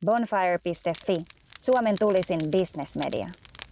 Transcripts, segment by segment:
Bonfire.fi, Suomen tulisin businessmedia.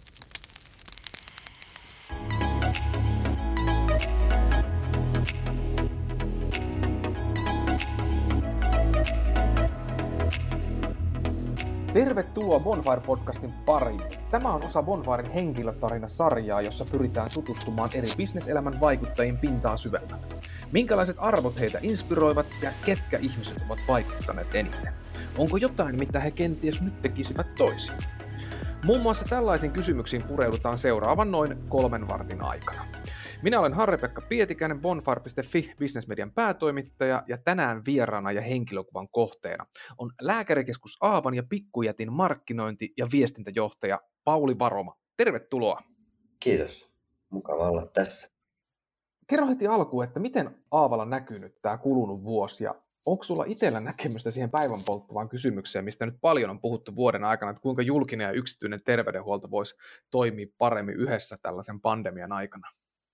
Tervetuloa Bonfire-podcastin pariin. Tämä on osa Bonfiren henkilötarinasarjaa, jossa pyritään tutustumaan eri bisneselämän vaikuttajien pintaan syvemmälle. Minkälaiset arvot heitä inspiroivat ja ketkä ihmiset ovat vaikuttaneet eniten? Onko jotain, mitä he kenties nyt tekisivät toisin? Muun muassa tällaisiin kysymyksiin pureudutaan seuraavan noin 3 vartin aikana. Minä olen Harri-Pekka Pietikäinen, Bonfire.fi Businessmedian päätoimittaja ja tänään vieraana ja henkilökuvan kohteena on Lääkärikeskus Aavan ja Pikkujätin markkinointi- ja viestintäjohtaja Pauli Varoma. Tervetuloa. Kiitos. Mukava olla tässä. Kerro heti alkuun, että miten Aavalla näkynyt tämä kulunut vuosi ja onko sulla itsellä näkemystä siihen päivän polttavaan kysymykseen, mistä nyt paljon on puhuttu vuoden aikana, että kuinka julkinen ja yksityinen terveydenhuolto voisi toimia paremmin yhdessä tällaisen pandemian aikana?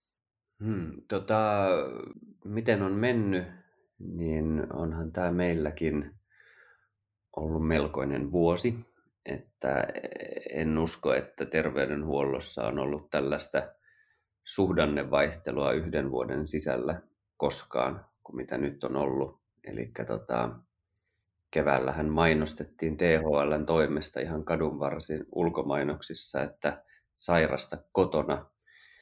Miten on mennyt, niin onhan tämä meilläkin ollut melkoinen vuosi, että en usko, että terveydenhuollossa on ollut tällaista suhdannevaihtelua 1 vuoden sisällä koskaan, kuin mitä nyt on ollut. Eli keväällähän mainostettiin THL:n toimesta ihan kadunvarsin ulkomainoksissa, että sairasta kotona.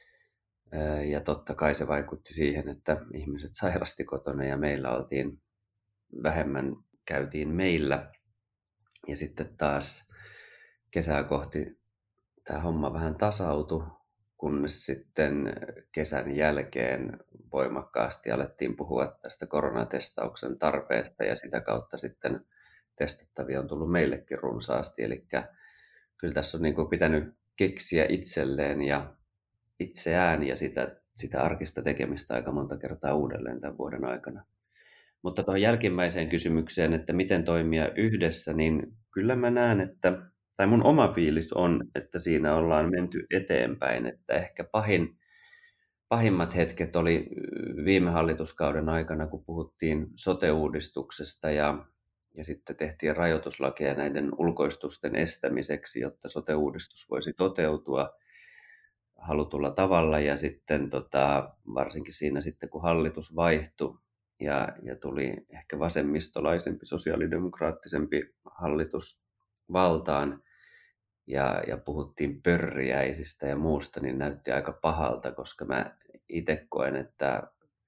Ja totta kai se vaikutti siihen, että ihmiset sairasti kotona ja meillä oltiin vähemmän, käytiin meillä. Ja sitten taas kesää kohti tämä homma vähän tasautui, kunnes sitten kesän jälkeen voimakkaasti alettiin puhua tästä koronatestauksen tarpeesta ja sitä kautta sitten testattavia on tullut meillekin runsaasti. Eli kyllä tässä on niin kuin pitänyt keksiä itselleen ja itseään ja sitä arkista tekemistä aika monta kertaa uudelleen tämän vuoden aikana. Mutta tuohon jälkimmäiseen kysymykseen, että miten toimia yhdessä, niin kyllä mä näen, tai mun oma fiilis on, että siinä ollaan menty eteenpäin, että ehkä pahimmat hetket oli viime hallituskauden aikana, kun puhuttiin sote-uudistuksesta ja sitten tehtiin rajoituslakeja näiden ulkoistusten estämiseksi, jotta sote-uudistus voisi toteutua halutulla tavalla ja sitten varsinkin siinä sitten kun hallitus vaihtui ja tuli ehkä vasemmistolaisempi, sosiaalidemokraattisempi hallitus valtaan ja puhuttiin pörriäisistä ja muusta, niin näytti aika pahalta, koska mä itse koen, että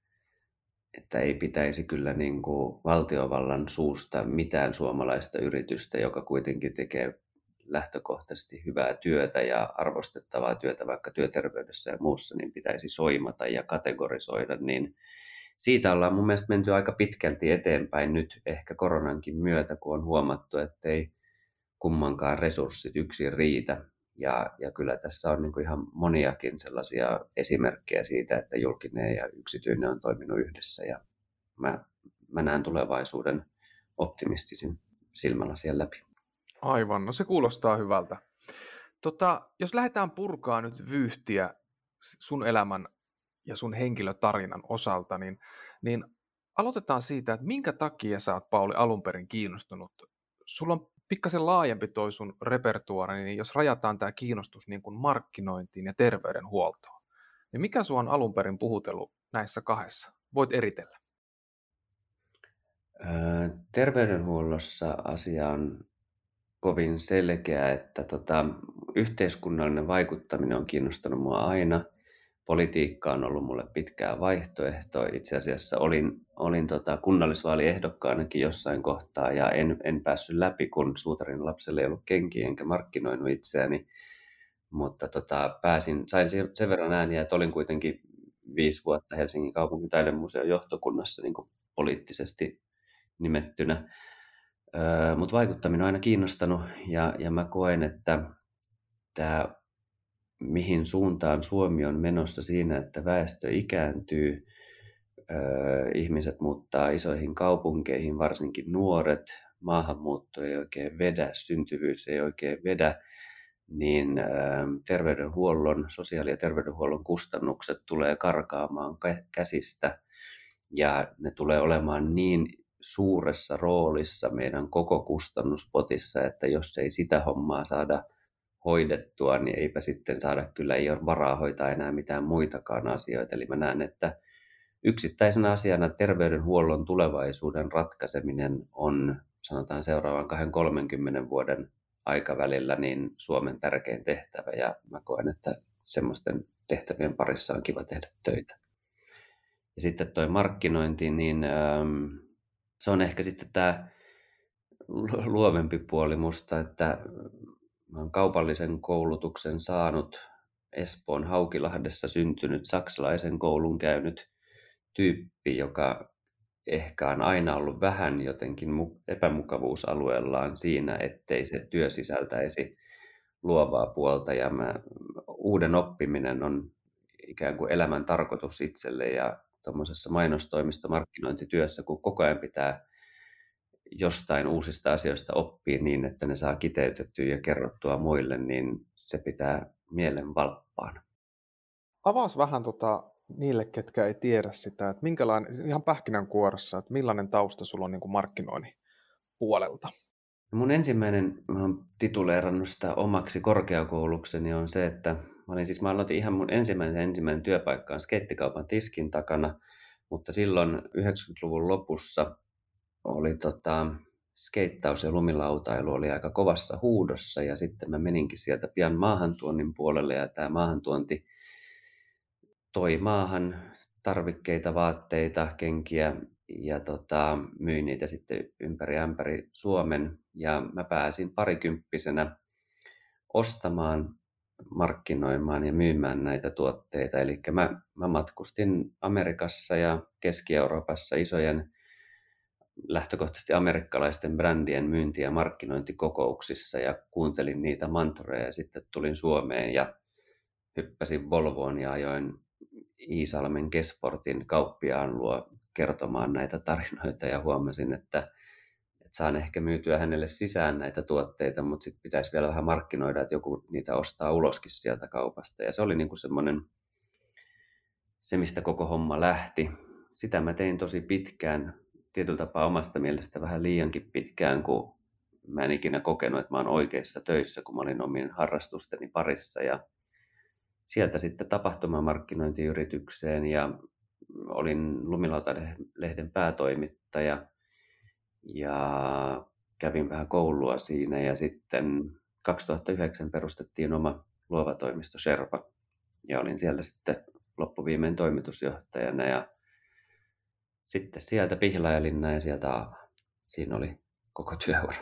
ei pitäisi kyllä niin kuin valtiovallan suusta mitään suomalaista yritystä, joka kuitenkin tekee lähtökohtaisesti hyvää työtä ja arvostettavaa työtä vaikka työterveydessä ja muussa, niin pitäisi soimata ja kategorisoida, niin siitä ollaan mun mielestä menty aika pitkälti eteenpäin nyt ehkä koronankin myötä, kun on huomattu, ettei kummankaan resurssit yksin riitä. Ja kyllä tässä on niin kuin ihan moniakin sellaisia esimerkkejä siitä, että julkinen ja yksityinen on toiminut yhdessä ja mä näen tulevaisuuden optimistisin silmällä siellä läpi. Aivan, no se kuulostaa hyvältä. Jos lähdetään purkaa nyt vyyhtiä sun elämän ja sun henkilötarinan osalta, niin aloitetaan siitä, että minkä takia sä oot, Pauli, alun perin kiinnostunut. Sulla on pikkasen laajempi toi sun repertuaari, niin jos rajataan tämä kiinnostus niin kuin markkinointiin ja terveydenhuoltoon, niin mikä sua on alun perin puhutellut näissä kahdessa? Voit eritellä. Terveydenhuollossa asia on kovin selkeä, että yhteiskunnallinen vaikuttaminen on kiinnostanut mua aina. Politiikka on ollut mulle pitkää vaihtoehtoa. Itse asiassa olin kunnallisvaaliehdokkaanakin jossain kohtaa ja en päässyt läpi, kun suutarin lapselle ei ollut kenkiä enkä markkinoinut itseäni. Mutta sain sen verran ääniä, että olin kuitenkin 5 vuotta Helsingin kaupungin taidemuseon johtokunnassa niin kuin poliittisesti nimettynä. Mutta vaikuttaminen on aina kiinnostanut ja mä koen, että tämä mihin suuntaan Suomi on menossa siinä, että väestö ikääntyy, ihmiset muuttaa isoihin kaupunkeihin, varsinkin nuoret, maahanmuutto ei oikein vedä, syntyvyys ei oikein vedä, niin sosiaali- ja terveydenhuollon kustannukset tulee karkaamaan käsistä ja ne tulee olemaan niin suuressa roolissa meidän koko kustannuspotissa, että jos ei sitä hommaa saada hoidettua, niin eipä sitten saada, kyllä ei ole varaa hoitaa enää mitään muitakaan asioita. Eli mä näen, että yksittäisenä asiana terveydenhuollon tulevaisuuden ratkaiseminen on, sanotaan seuraavan 20-30 vuoden aikavälillä, niin Suomen tärkein tehtävä, ja mä koen, että semmoisten tehtävien parissa on kiva tehdä töitä. Ja sitten toi markkinointi, niin se on ehkä sitten tämä luovempi puoli musta, että mä oon kaupallisen koulutuksen saanut, Espoon Haukilahdessa syntynyt, saksalaisen koulun käynyt tyyppi, joka ehkä on aina ollut vähän jotenkin epämukavuusalueellaan siinä, ettei se työ sisältäisi luovaa puolta, ja uuden oppiminen on ikään kuin elämän tarkoitus itselle, ja tuommoisessa mainostoimistomarkkinointityössä, kun koko ajan pitää jostain uusista asioista oppia niin, että ne saa kiteytettyä ja kerrottua muille, niin se pitää mielen valppaana. Avaas vähän niille, ketkä ei tiedä sitä, että minkälainen, ihan pähkinänkuoressa, että millainen tausta sulla on niin kuin markkinoinnin puolelta? Mun ensimmäinen, mä oon tituleerannut sitä omaksi korkeakoulukseni, on se, että mä aloitin ihan mun ensimmäinen työpaikkaan skeittikaupan tiskin takana, mutta silloin 90-luvun lopussa oli skeittaus ja lumilautailu oli aika kovassa huudossa, ja sitten mä meninkin sieltä pian maahantuonnin puolelle, ja tämä maahantuonti toi maahan tarvikkeita, vaatteita, kenkiä, ja myin niitä sitten ympäri ämpäri Suomen, ja mä pääsin parikymppisenä ostamaan, markkinoimaan ja myymään näitä tuotteita. Eli mä matkustin Amerikassa ja Keski-Euroopassa isojen, lähtökohtaisesti amerikkalaisten brändien myynti- ja markkinointikokouksissa, ja kuuntelin niitä mantroja, ja sitten tulin Suomeen ja hyppäsin Volvoon ja ajoin Iisalmen Kesportin kauppiaan luo kertomaan näitä tarinoita, ja huomasin, että saan ehkä myytyä hänelle sisään näitä tuotteita, mutta sitten pitäisi vielä vähän markkinoida, että joku niitä ostaa uloskin sieltä kaupasta. Ja se oli niinku semmoinen, se mistä koko homma lähti. Sitä mä tein tosi pitkään, tietyllä tapaa omasta mielestä vähän liiankin pitkään, kun mä en ikinä kokenut, että mä oon oikeissa töissä, kun mä olin omien harrastusteni parissa. Ja sieltä sitten tapahtumamarkkinointiyritykseen, ja olin Lumilauta-lehden päätoimittaja ja kävin vähän koulua siinä, ja sitten 2009 perustettiin oma luova toimisto Sherpa, ja olin siellä sitten loppuviimein toimitusjohtajana, ja sitten sieltä Pihlajalinna ja sieltä Aavaan. Siinä oli koko työura.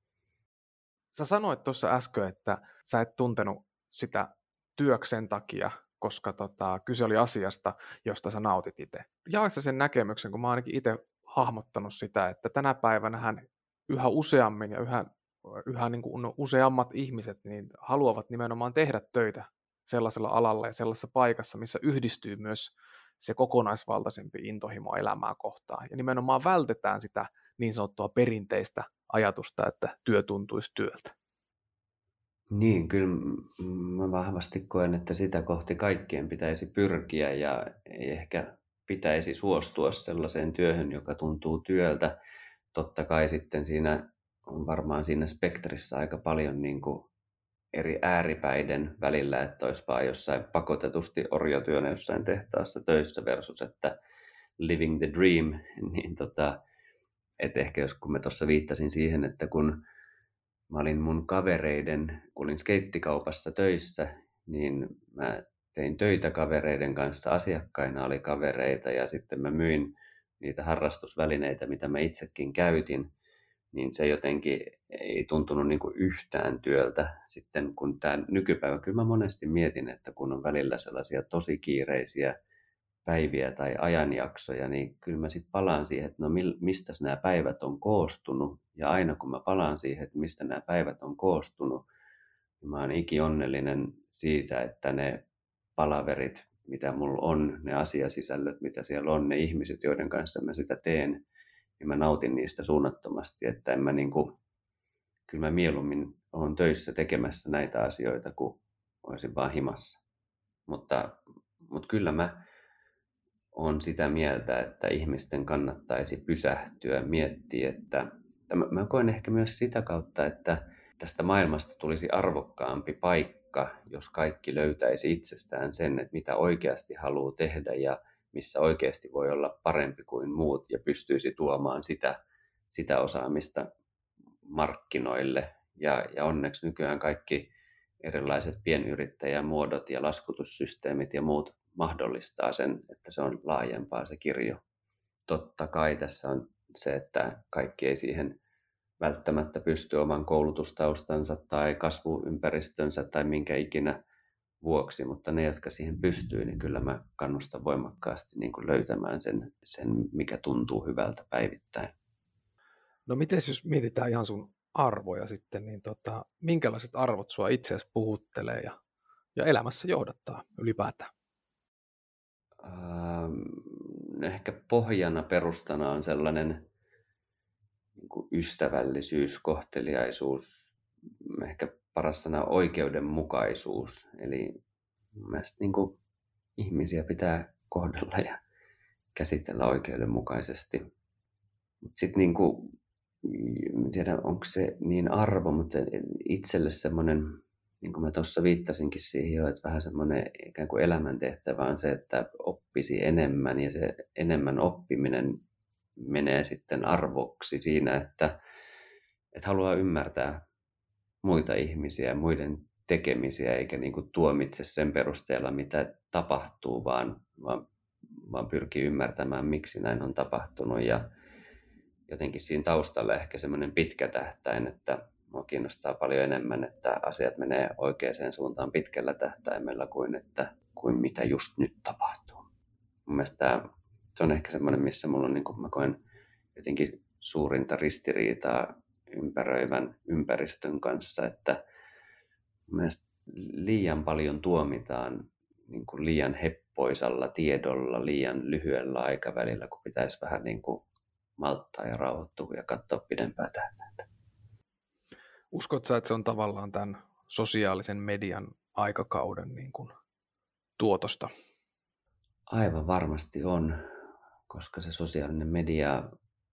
Sä sanoit tuossa äsken, että sä et tuntenut sitä työksen takia, koska kyse oli asiasta, josta sä nautit itse. Jaatko sen näkemyksen, kun mä ainakin itse hahmottanut sitä, että tänä päivänähän yhä useammin ja yhä niin kuin useammat ihmiset niin haluavat nimenomaan tehdä töitä sellaisella alalla ja sellaisessa paikassa, missä yhdistyy myös se kokonaisvaltaisempi intohimo elämää kohtaan. Ja nimenomaan vältetään sitä niin sanottua perinteistä ajatusta, että työ tuntuisi työltä. Niin, kyllä mä vahvasti koen, että sitä kohti kaikkien pitäisi pyrkiä, ja ei ehkä pitäisi suostua sellaiseen työhön, joka tuntuu työltä. Totta kai sitten siinä on varmaan siinä spektrissä aika paljon niin kuin eri ääripäiden välillä, että olisi vaan jossain pakotetusti orjatyönä jossain tehtaassa töissä versus, että living the dream, niin että ehkä jos kun mä tuossa viittasin siihen, että kun mä olin mun kavereiden, kun olin skeittikaupassa töissä, niin mä tein töitä kavereiden kanssa, asiakkaina oli kavereita, ja sitten mä myin niitä harrastusvälineitä, mitä mä itsekin käytin, niin se jotenkin ei tuntunut niin kuin yhtään työltä. Sitten kun tämä nykypäivä, kyllä mä monesti mietin, että kun on välillä sellaisia tosi kiireisiä päiviä tai ajanjaksoja, niin kyllä mä sitten palaan siihen, että no mistä nämä päivät on koostunut. Ja aina kun mä palaan siihen, että mistä nämä päivät on koostunut, niin mä oon ikionnellinen siitä, että ne palaverit, mitä mulla on, ne asiasisällöt, mitä siellä on, ne ihmiset, joiden kanssa mä sitä teen, niin mä nautin niistä suunnattomasti, että en mä kyllä mä mieluummin oon töissä tekemässä näitä asioita, kun olisin vaan himassa. Mutta kyllä mä olen sitä mieltä, että ihmisten kannattaisi pysähtyä, miettiä, että mä koen ehkä myös sitä kautta, että tästä maailmasta tulisi arvokkaampi paikka, jos kaikki löytäisi itsestään sen, että mitä oikeasti haluaa tehdä ja missä oikeasti voi olla parempi kuin muut ja pystyisi tuomaan sitä osaamista markkinoille. Ja onneksi nykyään kaikki erilaiset pienyrittäjämuodot ja laskutussysteemit ja muut mahdollistaa sen, että se on laajempaa se kirjo. Totta kai tässä on se, että kaikki ei siihen välttämättä pysty oman koulutustaustansa tai kasvuympäristönsä tai minkä ikinä vuoksi, mutta ne, jotka siihen pystyy, niin kyllä mä kannustan voimakkaasti niin kuin löytämään sen, mikä tuntuu hyvältä päivittäin. No miten jos mietitään ihan sun arvoja sitten, niin minkälaiset arvot sua itse asiassa puhuttelee ja elämässä johdattaa ylipäätään? Ehkä pohjana perustana on sellainen niin kuin ystävällisyys, kohteliaisuus, ehkä paras sana oikeudenmukaisuus. Eli mielestäni niin kuin ihmisiä pitää kohdella ja käsitellä oikeudenmukaisesti. Sitten niin kuin, en tiedä onko se niin arvo, mutta itselle semmoinen, niin kuin mä tuossa viittasinkin siihen jo, että vähän semmoinen ikään kuin elämäntehtävä on se, että oppisi enemmän ja se enemmän oppiminen menee sitten arvoksi siinä, että haluaa ymmärtää muita ihmisiä ja muiden tekemisiä eikä niin kuin tuomitse sen perusteella, mitä tapahtuu, vaan pyrkii ymmärtämään, miksi näin on tapahtunut ja jotenkin siinä taustalla ehkä semmoinen pitkä tähtäin, että minua kiinnostaa paljon enemmän, että asiat menee oikeaan suuntaan pitkällä tähtäimellä kuin mitä just nyt tapahtuu. Mun mielestä se on ehkä semmoinen, missä mulla on, niin kuin mä koen, jotenkin suurinta ristiriitaa ympäröivän ympäristön kanssa, että mun mielestä liian paljon tuomitaan niin kuin liian heppoisalla tiedolla, liian lyhyellä aikavälillä, kun pitäisi vähän niin kuin malttaa ja rauhoittua ja katsoa pidempää tähtäintä. Uskotko sä, että se on tavallaan tämän sosiaalisen median aikakauden niin kuin tuotosta? Aivan varmasti on, koska se sosiaalinen media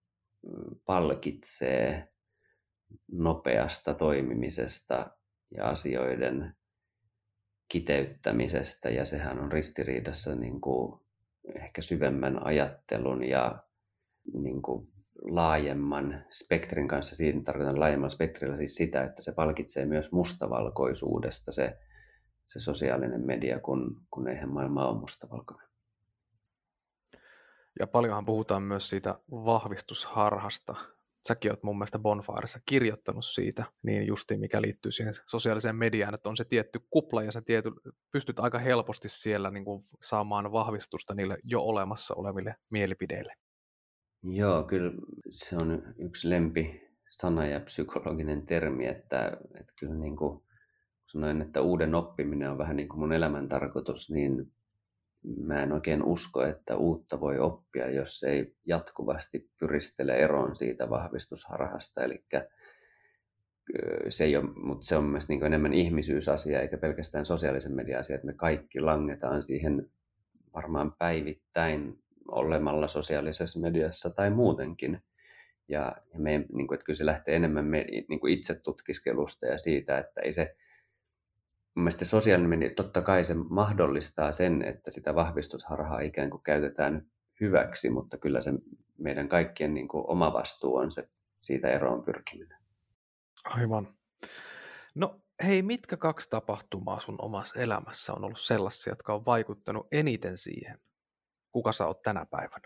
palkitsee nopeasta toimimisesta ja asioiden kiteyttämisestä, ja sehän on ristiriidassa niin kuin ehkä syvemmän ajattelun ja niin kuin laajemman spektrin kanssa. Siinä tarkoitan laajemmalla spektrillä siis sitä, että se palkitsee myös mustavalkoisuudesta se sosiaalinen media, kun eihän maailma ole mustavalkoinen. Ja paljonhan puhutaan myös siitä vahvistusharhasta. Säkin oot mun mielestä Bonfiressa kirjoittanut siitä, niin justiin mikä liittyy siihen sosiaaliseen mediaan, että on se tietty kupla ja sä pystyt aika helposti siellä niin kuin saamaan vahvistusta niille jo olemassa oleville mielipideille. Joo, kyllä se on yksi lempisana ja psykologinen termi, että kyllä niin kuin sanoin, että uuden oppiminen on vähän niin kuin mun elämäntarkoitus, niin mä en oikein usko, että uutta voi oppia, jos ei jatkuvasti pyristele eroon siitä vahvistusharhasta. Eli se ei ole, mutta se on myös niin kuin enemmän ihmisyysasia eikä pelkästään sosiaalisen median asia, että me kaikki langetaan siihen varmaan päivittäin olemalla sosiaalisessa mediassa tai muutenkin. Ja me, niin kuin, että kyllä se lähtee enemmän niin kuin itsetutkiskelusta ja siitä, että ei se mun mielestä sosiaalinen media, totta kai se mahdollistaa sen, että sitä vahvistusharhaa ikään kuin käytetään hyväksi, mutta kyllä se meidän kaikkien niin kuin oma vastuu on se siitä eroon pyrkiminen. Aivan. No hei, mitkä 2 tapahtumaa sun omassa elämässä on ollut sellaisia, jotka on vaikuttanut eniten siihen, kuka sä oot tänä päivänä?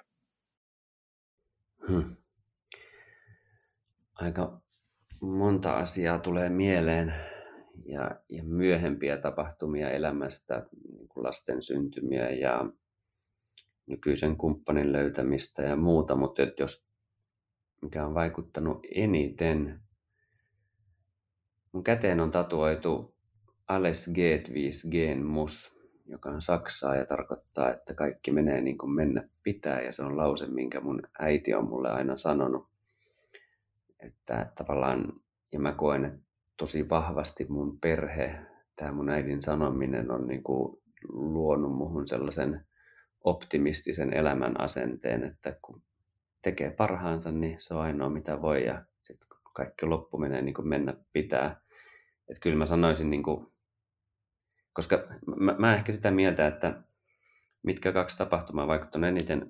Aika monta asiaa tulee mieleen ja myöhempiä tapahtumia elämästä, niin kuin lasten syntymiä ja nykyisen kumppanin löytämistä ja muuta, mutta jos mikä on vaikuttanut eniten, mun käteen on tatuoitu Alles geht wie's gehen muss, joka on saksaa ja tarkoittaa, että kaikki menee niin kuin mennä pitää, ja se on lause, minkä mun äiti on mulle aina sanonut. Että tavallaan, ja mä koen, että tosi vahvasti mun perhe, tämä mun äidin sanominen on niin kuin luonut muhun sellaisen optimistisen elämän asenteen, että kun tekee parhaansa, niin se on ainoa mitä voi ja sitten kaikki loppu menee niin kuin mennä pitää. Että kyllä mä sanoisin, niin kuin, koska mä ehkä sitä mieltä, että mitkä 2 tapahtumaa vaikuttanut eniten,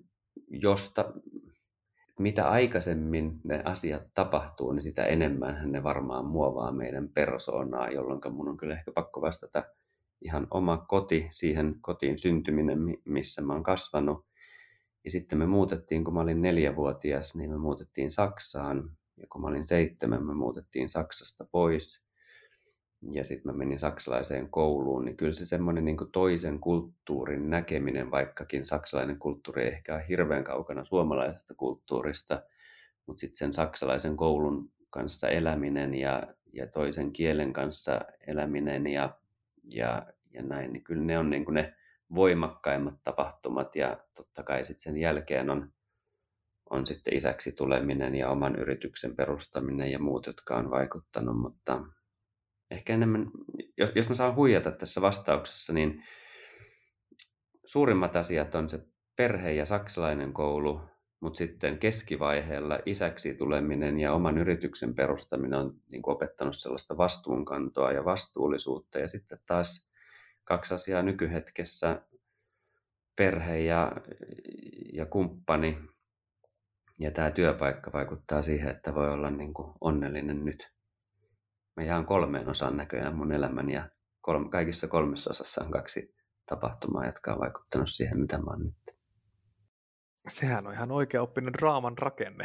mitä aikaisemmin ne asiat tapahtuu, niin sitä enemmän ne varmaan muovaa meidän persoonaa, jolloin mun on kyllä ehkä pakko vastata ihan oma koti, siihen kotiin syntyminen, missä mä oon kasvanut. Ja sitten me muutettiin, kun mä olin 4-vuotias, niin me muutettiin Saksaan. Ja kun mä olin 7, me muutettiin Saksasta pois. Ja sitten mä menin saksalaiseen kouluun, niin kyllä se semmoinen niin kuin toisen kulttuurin näkeminen, vaikkakin saksalainen kulttuuri ei ehkä ole hirveän kaukana suomalaisesta kulttuurista, mutta sitten sen saksalaisen koulun kanssa eläminen ja toisen kielen kanssa eläminen ja näin, niin kyllä ne on niin kuin ne voimakkaimmat tapahtumat ja totta kai sitten sen jälkeen on sitten isäksi tuleminen ja oman yrityksen perustaminen ja muut, jotka on vaikuttanut, mutta ehkä enemmän, jos mä saan huijata tässä vastauksessa, niin suurimmat asiat on se perhe ja saksalainen koulu, mutta sitten keskivaiheella isäksi tuleminen ja oman yrityksen perustaminen on niin kuin opettanut sellaista vastuunkantoa ja vastuullisuutta. Ja sitten taas 2 asiaa nykyhetkessä, perhe ja kumppani ja tämä työpaikka vaikuttaa siihen, että voi olla niin kuin onnellinen nyt. Mä jaan 3 osaan näköjään mun elämän ja kaikissa 3 osassa on 2 tapahtumaa, jotka on vaikuttanut siihen, mitä mä oon nyt. Sehän on ihan oikea oppinen draaman rakenne.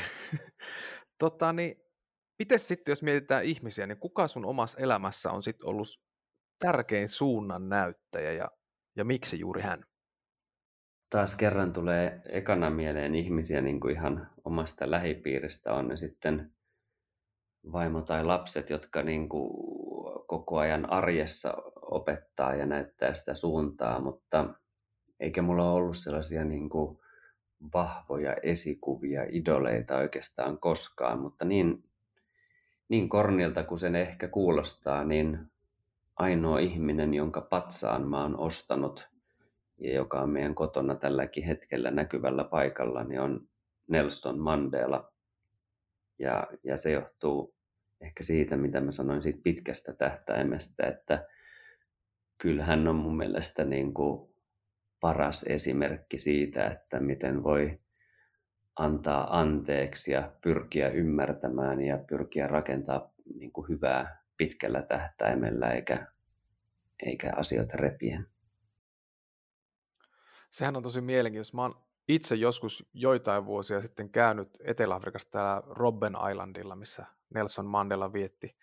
Miten sitten, jos mietitään ihmisiä, niin kuka sun omassa elämässä on sitten ollut tärkein suunnan näyttäjä ja miksi juuri hän? Taas kerran tulee ekana mieleen ihmisiä niin kuin ihan omasta lähipiiristä, on ne sitten vaimo tai lapset, jotka niin kuin koko ajan arjessa opettaa ja näyttää sitä suuntaa, mutta eikä mulla ole ollut sellaisia niin kuin vahvoja esikuvia, idoleita oikeastaan koskaan, mutta niin kornilta kuin sen ehkä kuulostaa, niin ainoa ihminen, jonka patsaan mä oon ostanut ja joka on meidän kotona tälläkin hetkellä näkyvällä paikalla, niin on Nelson Mandela. Ja se johtuu ehkä siitä, mitä mä sanoin siitä pitkästä tähtäimestä, että kyllä hän on mun mielestä niin kuin paras esimerkki siitä, että miten voi antaa anteeksi ja pyrkiä ymmärtämään ja pyrkiä rakentaa niin kuin hyvää pitkällä tähtäimellä eikä asioita repien. Sehän on tosi mielenkiintoista. Mä oon itse joskus joitain vuosia sitten käynyt Etelä-Afrikassa täällä Robben Islandilla, missä Nelson Mandela vietti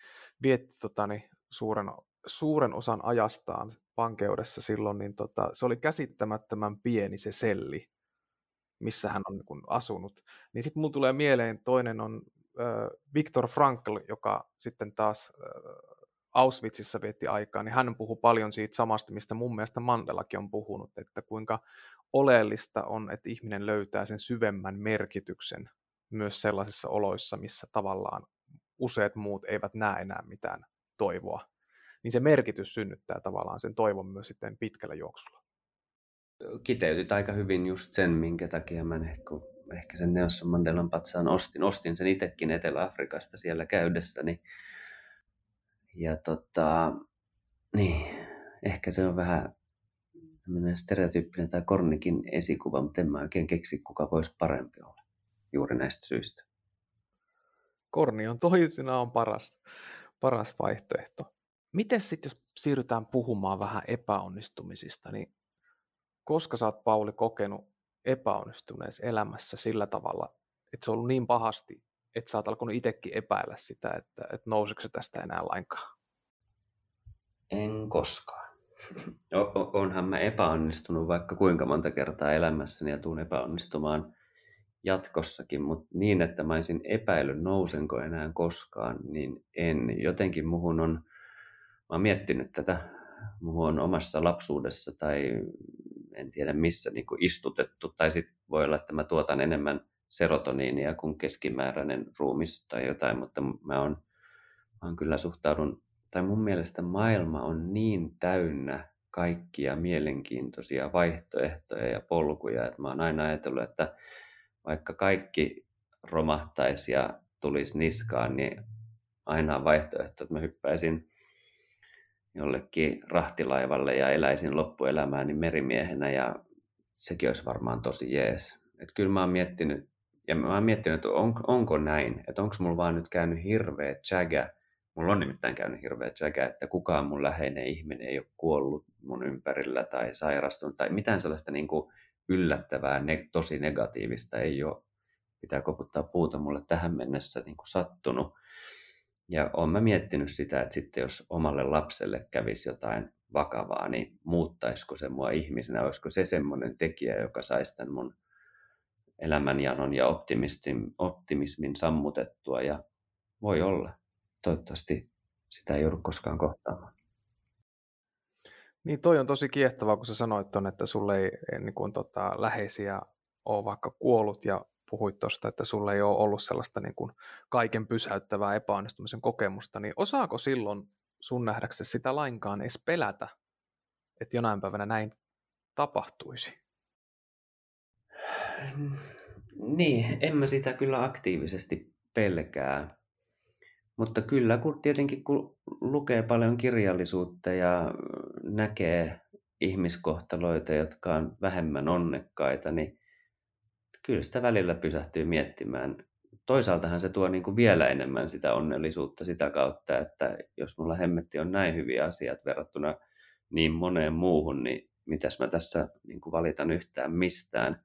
suuren osan ajastaan vankeudessa silloin, niin se oli käsittämättömän pieni se selli, missä hän on niin kun asunut. Niin sitten mulla tulee mieleen, toinen on Viktor Frankl, joka sitten taas Auschwitzissa vietti aikaa, niin hän puhui paljon siitä samasta, mistä mun mielestä Mandelakin on puhunut, että kuinka oleellista on, että ihminen löytää sen syvemmän merkityksen myös sellaisissa oloissa, missä tavallaan useat muut eivät näe enää mitään toivoa. Niin se merkitys synnyttää tavallaan sen toivon myös sitten pitkällä juoksulla. Kiteytyt aika hyvin just sen, minkä takia mä ehkä sen Nelson Mandelan patsaan ostin sen itsekin Etelä-Afrikasta siellä käydessäni. Ja niin, ehkä se on vähän tämmöinen stereotyyppinen tai kornikin esikuva, mutta en mä oikein keksi, kuka voisi parempi olla juuri näistä syistä. Korni on toisinaan paras vaihtoehto. Miten sitten, jos siirrytään puhumaan vähän epäonnistumisista, niin koska sä oot, Pauli, kokenut epäonnistuneessa elämässä sillä tavalla, että se on ollut niin pahasti, että sä oot alkanut itsekin epäillä sitä, että nousiko se tästä enää lainkaan? En koskaan. Onhan mä epäonnistunut vaikka kuinka monta kertaa elämässäni ja tuun epäonnistumaan jatkossakin, mutta niin, että mä olisin epäillyt nousenko enää koskaan, niin en. Jotenkin mä oon miettinyt tätä, muhun on omassa lapsuudessa tai en tiedä missä niin kuin istutettu, tai sitten voi olla, että mä tuotan enemmän serotoniinia kuin keskimääräinen ruumis tai jotain, mutta mä oon kyllä suhtaudun, tai mun mielestä maailma on niin täynnä kaikkia mielenkiintoisia vaihtoehtoja ja polkuja. Et mä oon aina ajatellut, että vaikka kaikki romahtaisi ja tulisi niskaan, niin aina on vaihtoehto, että mä hyppäisin jollekin rahtilaivalle ja eläisin loppuelämääni merimiehenä ja sekin olisi varmaan tosi jees. Et kyllä mä oon miettinyt, että onko näin, että onko mulla vaan nyt käynyt hirveä tsägä. Mulla on nimittäin käynyt hirveä tsägä, että kukaan mun läheinen ihminen ei ole kuollut mun ympärillä tai sairastunut tai mitään sellaista niin kuin yllättävää, tosi negatiivista ei ole. Pitää koputtaa puuta mulle tähän mennessä niin kuin sattunut. Ja olen mä miettinyt sitä, että sitten jos omalle lapselle kävisi jotain vakavaa, niin muuttaisiko se mua ihmisenä? Olisiko se semmoinen tekijä, joka saisi tämän mun elämänjanon ja optimismin sammutettua? Ja voi olla. Toivottavasti sitä ei joudu koskaan kohtaamaan. Niin toi on tosi kiehtovaa, kun sä sanoit ton, että sulle ei niin kuin, läheisiä ole vaikka kuollut ja puhuit tuosta, että sulle ei ole ollut sellaista niin kuin kaiken pysäyttävää epäonnistumisen kokemusta, niin osaako silloin sun nähdäksesi sitä lainkaan edes pelätä, että jonain päivänä näin tapahtuisi? Niin, en mä sitä kyllä aktiivisesti pelkää. Mutta kyllä, tietenkin kun lukee paljon kirjallisuutta ja näkee ihmiskohtaloita, jotka on vähemmän onnekkaita, niin kyllä sitä välillä pysähtyy miettimään. Toisaaltahan se tuo niin kuin vielä enemmän sitä onnellisuutta sitä kautta, että jos mulla hemmetti on näin hyviä asiat verrattuna niin moneen muuhun, niin mitäs mä tässä niin kuin valitan yhtään mistään.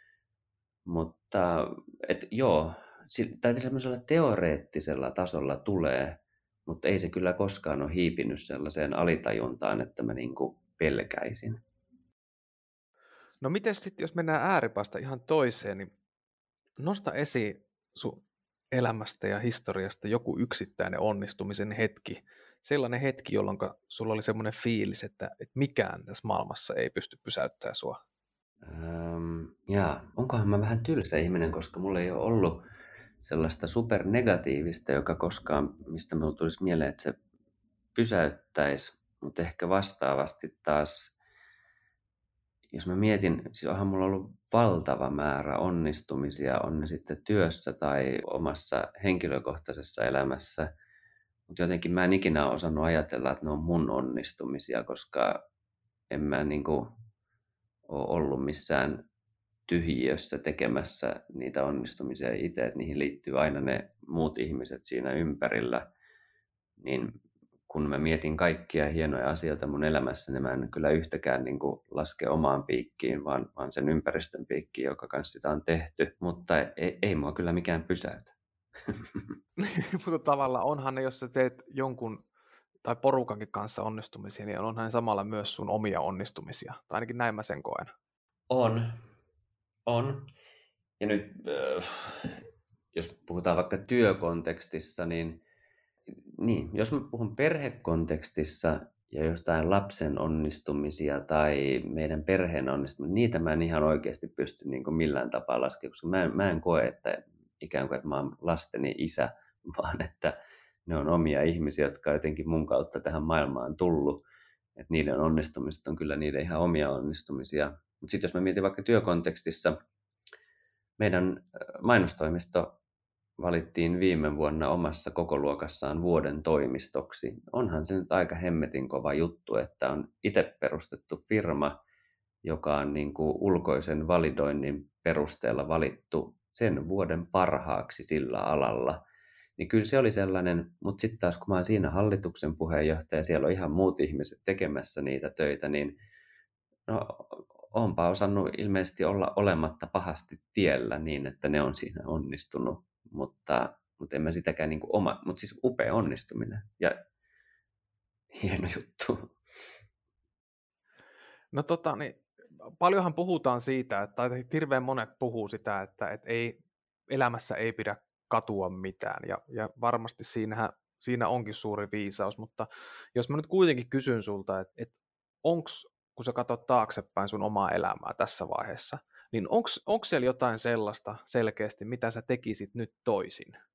Mutta joo, tai semmoisella teoreettisella tasolla tulee, mutta ei se kyllä koskaan ole hiipinyt sellaiseen alitajuntaan, että mä niin kuin pelkäisin. No miten sitten, jos mennään ääripäästä ihan toiseen, niin nosta esiin sun elämästä ja historiasta joku yksittäinen onnistumisen hetki. Sellainen hetki, jolloin sulla oli semmoinen fiilis, että mikään tässä maailmassa ei pysty pysäyttämään sua. Onkohan mä vähän tylsä ihminen, koska mulla ei ole ollut sellaista supernegatiivista, joka koskaan, mistä mulla tulisi mieleen, että se pysäyttäisi, mutta ehkä vastaavasti taas, jos mä mietin, siis onhan mulla ollut valtava määrä onnistumisia, on ne sitten työssä tai omassa henkilökohtaisessa elämässä, mutta jotenkin mä en ikinä ole osannut ajatella, että ne on mun onnistumisia, koska en mä niinku ole ollut missään tyhjiössä tekemässä niitä onnistumisia itse, että niihin liittyy aina ne muut ihmiset siinä ympärillä, niin kun mä mietin kaikkia hienoja asioita mun elämässä, niin mä en kyllä yhtäkään niin kuin laske omaan piikkiin, vaan sen ympäristön piikkiin, joka kanssa sitä on tehty, mutta ei mua kyllä mikään pysäytä. Mutta tavallaan onhan ne, jos sä teet jonkun tai porukankin kanssa onnistumisia, niin onhan ne samalla myös sun omia onnistumisia. Tai ainakin näin mä sen koen. On. Ja nyt, jos puhutaan vaikka työkontekstissa, niin jos mä puhun perhekontekstissa ja jostain lapsen onnistumisia tai meidän perheen onnistumisia, niitä mä en ihan oikeasti pysty niin kuin millään tapaa laskemaan, koska mä en koe, että ikään kuin että mä oon lasteni isä, vaan että ne on omia ihmisiä, jotka on jotenkin mun kautta tähän maailmaan tullut. Että niiden onnistumiset on kyllä niiden ihan omia onnistumisia. Mutta sitten jos mä mietin vaikka työkontekstissa, meidän mainostoimisto valittiin viime vuonna omassa kokoluokassaan vuoden toimistoksi. Onhan se nyt aika hemmetin kova juttu, että on itse perustettu firma, joka on niin kuin ulkoisen validoinnin perusteella valittu sen vuoden parhaaksi sillä alalla. Niin kyllä se oli sellainen, mutta sitten taas kun mä oon siinä hallituksen puheenjohtaja, siellä on ihan muut ihmiset tekemässä niitä töitä, niin oonpa osannut ilmeisesti olla olematta pahasti tiellä niin, että ne on siinä onnistunut, mutta en mä sitäkään niin kuin mutta siis upea onnistuminen ja hieno juttu. No niin paljonhan puhutaan siitä, tai hirveän monet puhuu sitä, että elämässä ei pidä katua mitään, ja varmasti siinä onkin suuri viisaus, mutta jos mä nyt kuitenkin kysyn sulta, että onks, kun sä katsot taaksepäin sun omaa elämää tässä vaiheessa, niin onko siellä jotain sellaista selkeästi, mitä sä tekisit nyt toisin?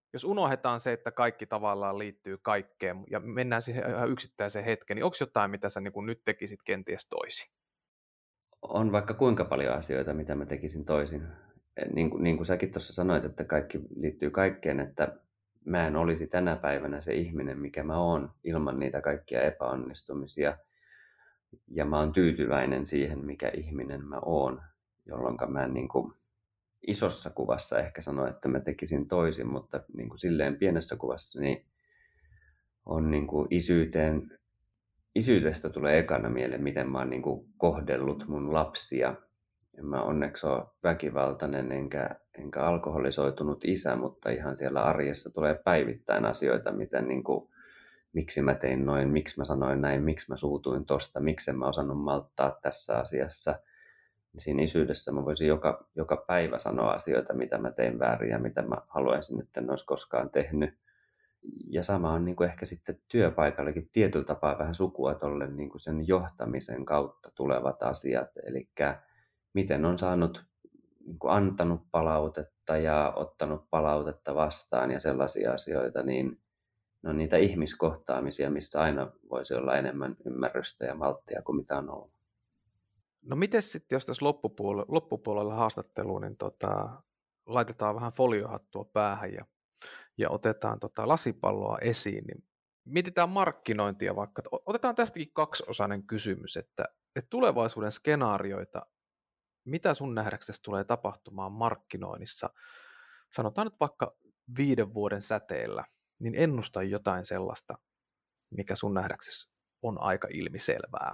jos unohdetaan se, että kaikki tavallaan liittyy kaikkeen ja mennään siihen ihan yksittäiseen hetkeen, niin onko jotain, mitä sä niin kuin nyt tekisit kenties toisin? On vaikka kuinka paljon asioita, mitä mä tekisin toisin. Niin kuin säkin tuossa sanoit, että kaikki liittyy kaikkeen, että mä en olisi tänä päivänä se ihminen, mikä mä oon ilman niitä kaikkia epäonnistumisia. Ja mä oon tyytyväinen siihen, mikä ihminen mä oon, jolloin mä en niin kuin isossa kuvassa ehkä sano, että mä tekisin toisin, mutta niin kuin silleen pienessä kuvassa niin on niin kuin isyydestä tulee ekana mieleen, miten mä oon niin kuin kohdellut mun lapsia. En mä onneksi ole väkivaltainen enkä alkoholisoitunut isä, mutta ihan siellä arjessa tulee päivittäin asioita, miten niin kuin, miksi mä tein noin, miksi mä sanoin näin, miksi mä suutuin tosta, miksi en mä osannut malttaa tässä asiassa. Siinä isyydessä mä voisin joka päivä sanoa asioita, mitä mä tein väärin ja mitä mä haluaisin, että en olisi koskaan tehnyt. Ja sama on niin kuin ehkä sitten työpaikallakin tietyllä tapaa vähän sukua tolle niin kuin sen johtamisen kautta tulevat asiat. Eli miten on saanut, niin kuin antanut palautetta ja ottanut palautetta vastaan ja sellaisia asioita, niin ne on niitä ihmiskohtaamisia, missä aina voisi olla enemmän ymmärrystä ja malttia kuin mitä on ollut. No miten sitten, jos tässä loppupuolella haastatteluun, niin laitetaan vähän foliohattua päähän ja otetaan lasipalloa esiin, niin mietitään markkinointia vaikka. Otetaan tästäkin kaksiosainen kysymys, että tulevaisuuden skenaarioita, mitä sun nähdäksesi tulee tapahtumaan markkinoinnissa, sanotaan nyt vaikka 5 vuoden säteellä, niin ennusta jotain sellaista, mikä sun nähdäksesi on aika ilmiselvää.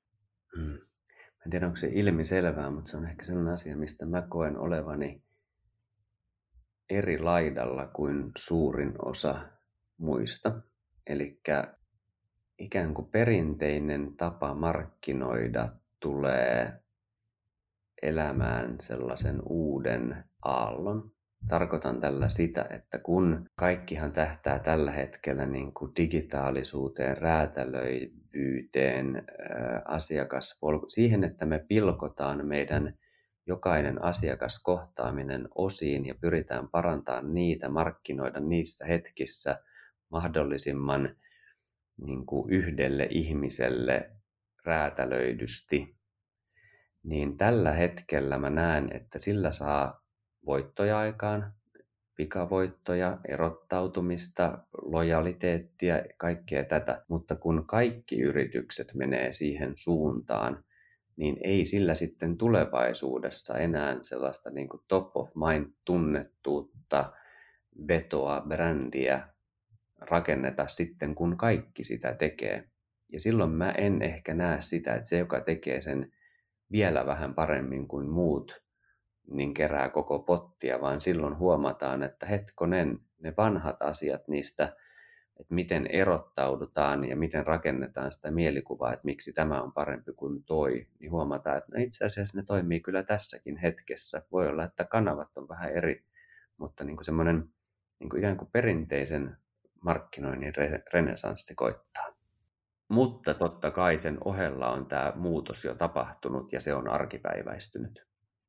En tiedä, onko se ilmiselvää, mutta se on ehkä sellainen asia, mistä mä koen olevani eri laidalla kuin suurin osa muista. Eli ikään kuin perinteinen tapa markkinoida tulee elämään sellaisen uuden aallon. Tarkoitan tällä sitä, että kun kaikkihan tähtää tällä hetkellä niin kuin digitaalisuuteen, räätälöivyyteen, siihen, että me pilkotaan meidän jokainen asiakaskohtaaminen osiin ja pyritään parantamaan niitä, markkinoida niissä hetkissä mahdollisimman niin kuin yhdelle ihmiselle räätälöidysti, niin tällä hetkellä mä näen, että sillä saa voittoja aikaan, pikavoittoja, erottautumista, lojaliteettia, kaikkea tätä. Mutta kun kaikki yritykset menee siihen suuntaan, niin ei sillä sitten tulevaisuudessa enää sellaista niin kuin top of mind tunnettuutta, vetoa, brändiä rakenneta sitten, kun kaikki sitä tekee. Ja silloin mä en ehkä näe sitä, että se, joka tekee sen vielä vähän paremmin kuin muut, niin kerää koko pottia, vaan silloin huomataan, että hetkonen, ne vanhat asiat niistä, että miten erottaudutaan ja miten rakennetaan sitä mielikuvaa, että miksi tämä on parempi kuin toi, niin huomataan, että no itse asiassa ne toimii kyllä tässäkin hetkessä. Voi olla, että kanavat on vähän eri, mutta niin kuin semmoinen niin kuin ikään kuin perinteisen markkinoinnin renesanssi koittaa. Mutta totta kai sen ohella on tämä muutos jo tapahtunut ja se on arkipäiväistynyt.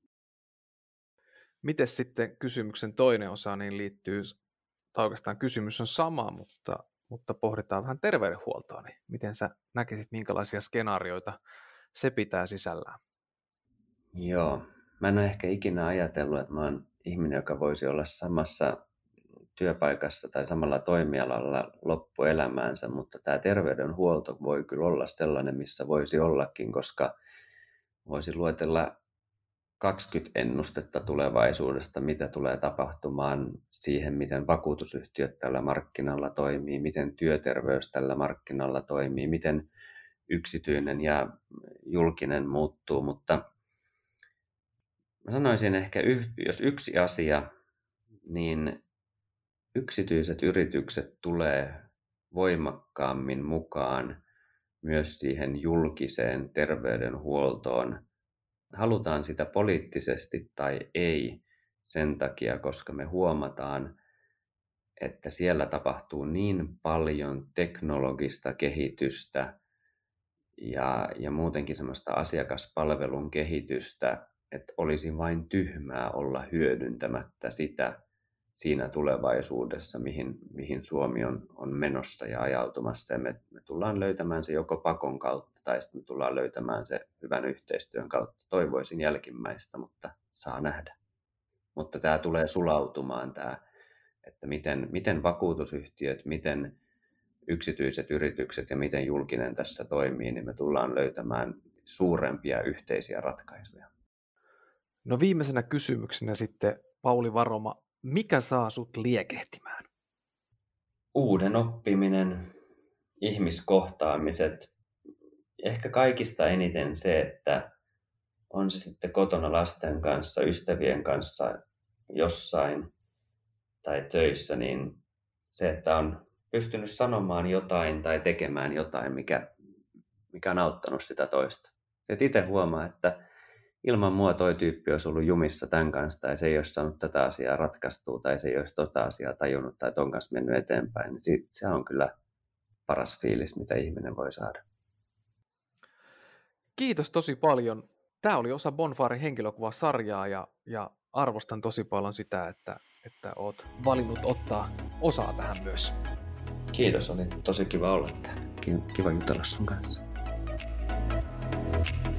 Miten sitten kysymyksen toinen osa niin liittyy, tai oikeastaan kysymys on sama, mutta pohditaan vähän terveydenhuoltoa, niin miten sä näkisit, minkälaisia skenaarioita se pitää sisällään? Joo, mä en ole ehkä ikinä ajatellut, että mä oon ihminen, joka voisi olla samassa työpaikassa tai samalla toimialalla loppuelämäänsä, mutta tämä terveydenhuolto voi kyllä olla sellainen, missä voisi ollakin, koska voisi luetella 20 ennustetta tulevaisuudesta, mitä tulee tapahtumaan siihen, miten vakuutusyhtiöt tällä markkinalla toimii, miten työterveys tällä markkinalla toimii, miten yksityinen ja julkinen muuttuu, mutta mä sanoisin ehkä, jos yksi asia, niin yksityiset yritykset tulee voimakkaammin mukaan myös siihen julkiseen terveydenhuoltoon. Halutaan sitä poliittisesti tai ei sen takia, koska me huomataan, että siellä tapahtuu niin paljon teknologista kehitystä ja muutenkin semmoista asiakaspalvelun kehitystä, että olisi vain tyhmää olla hyödyntämättä sitä siinä tulevaisuudessa, mihin Suomi on menossa ja ajautumassa. Ja me tullaan löytämään se joko pakon kautta tai sitten me tullaan löytämään se hyvän yhteistyön kautta. Toivoisin jälkimmäistä, mutta saa nähdä. Mutta tämä tulee sulautumaan, että miten vakuutusyhtiöt, miten yksityiset yritykset ja miten julkinen tässä toimii, niin me tullaan löytämään suurempia yhteisiä ratkaisuja. No viimeisenä kysymyksenä sitten, Pauli Varoma, mikä saa sut liekehtimään? Uuden oppiminen, ihmiskohtaamiset, ehkä kaikista eniten se, että on se sitten kotona lasten kanssa, ystävien kanssa jossain tai töissä, niin se, että on pystynyt sanomaan jotain tai tekemään jotain, mikä on auttanut sitä toista. Et itse huomaa, että ilman mua toi tyyppi olisi ollut jumissa tämän kanssa, tai se ei olisi saanut tätä asiaa ratkaistua, tai se ei olisi tota asiaa tajunnut, tai ton kanssa mennyt eteenpäin. Niin se on kyllä paras fiilis, mitä ihminen voi saada. Kiitos tosi paljon. Tämä oli osa Bonfiren henkilökuvasarjaa, ja arvostan tosi paljon sitä, että oot valinnut ottaa osaa tähän myös. Kiitos, oli tosi kiva olla täällä. Kiva jutella sun kanssa.